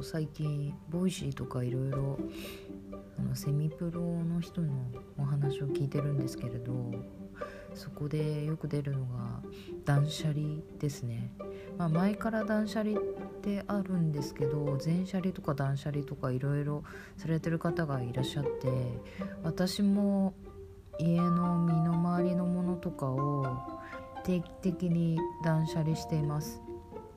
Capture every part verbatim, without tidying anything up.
最近ボイシーとかいろいろセミプロの人のお話を聞いてるんですけれど、そこでよく出るのが断捨離ですね。まあ、前から断捨離ってあるんですけど、全捨離とか断捨離とかいろいろされてる方がいらっしゃって、私も家の身の回りのものとかを定期的に断捨離しています。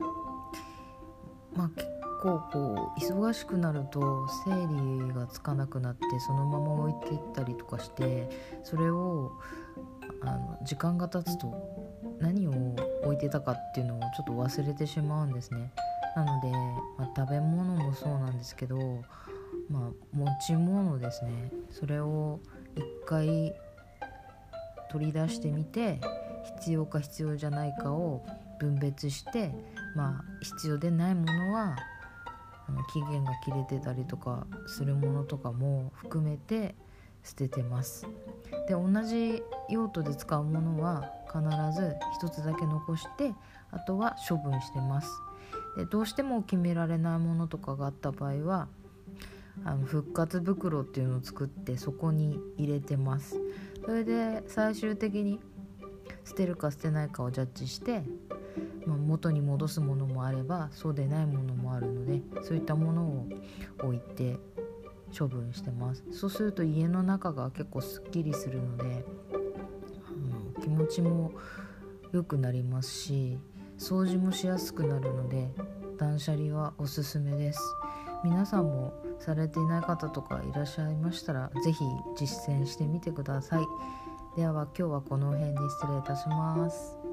まあ、結構こう忙しくなると整理がつかなくなって、そのまま置いていったりとかして、それをあの時間が経つと何を置いてたかっていうのをちょっと忘れてしまうんですね。なので、まあ、食べ物もそうなんですけど、まあ、持ち物ですね、それを一回取り出してみて、必要か必要じゃないかを分別して、まあ、必要でないものはあの期限が切れてたりとかするものとかも含めて捨ててます。で、同じ用途で使うものは必ず一つだけ残して、あとは処分してます。で、どうしても決められないものとかがあった場合はあの復活袋っていうのを作って、そこに入れてます。それで最終的に捨てるか捨てないかをジャッジして、まあ、元に戻すものもあればそうでないものもあるので、そういったものを置いて処分してます。そうすると家の中が結構すっきりするので、あの気持ちも良くなりますし、掃除もしやすくなるので断捨離はおすすめです。皆さんもされていない方とかいらっしゃいましたら、ぜひ実践してみてください。では今日はこの辺に失礼いたします。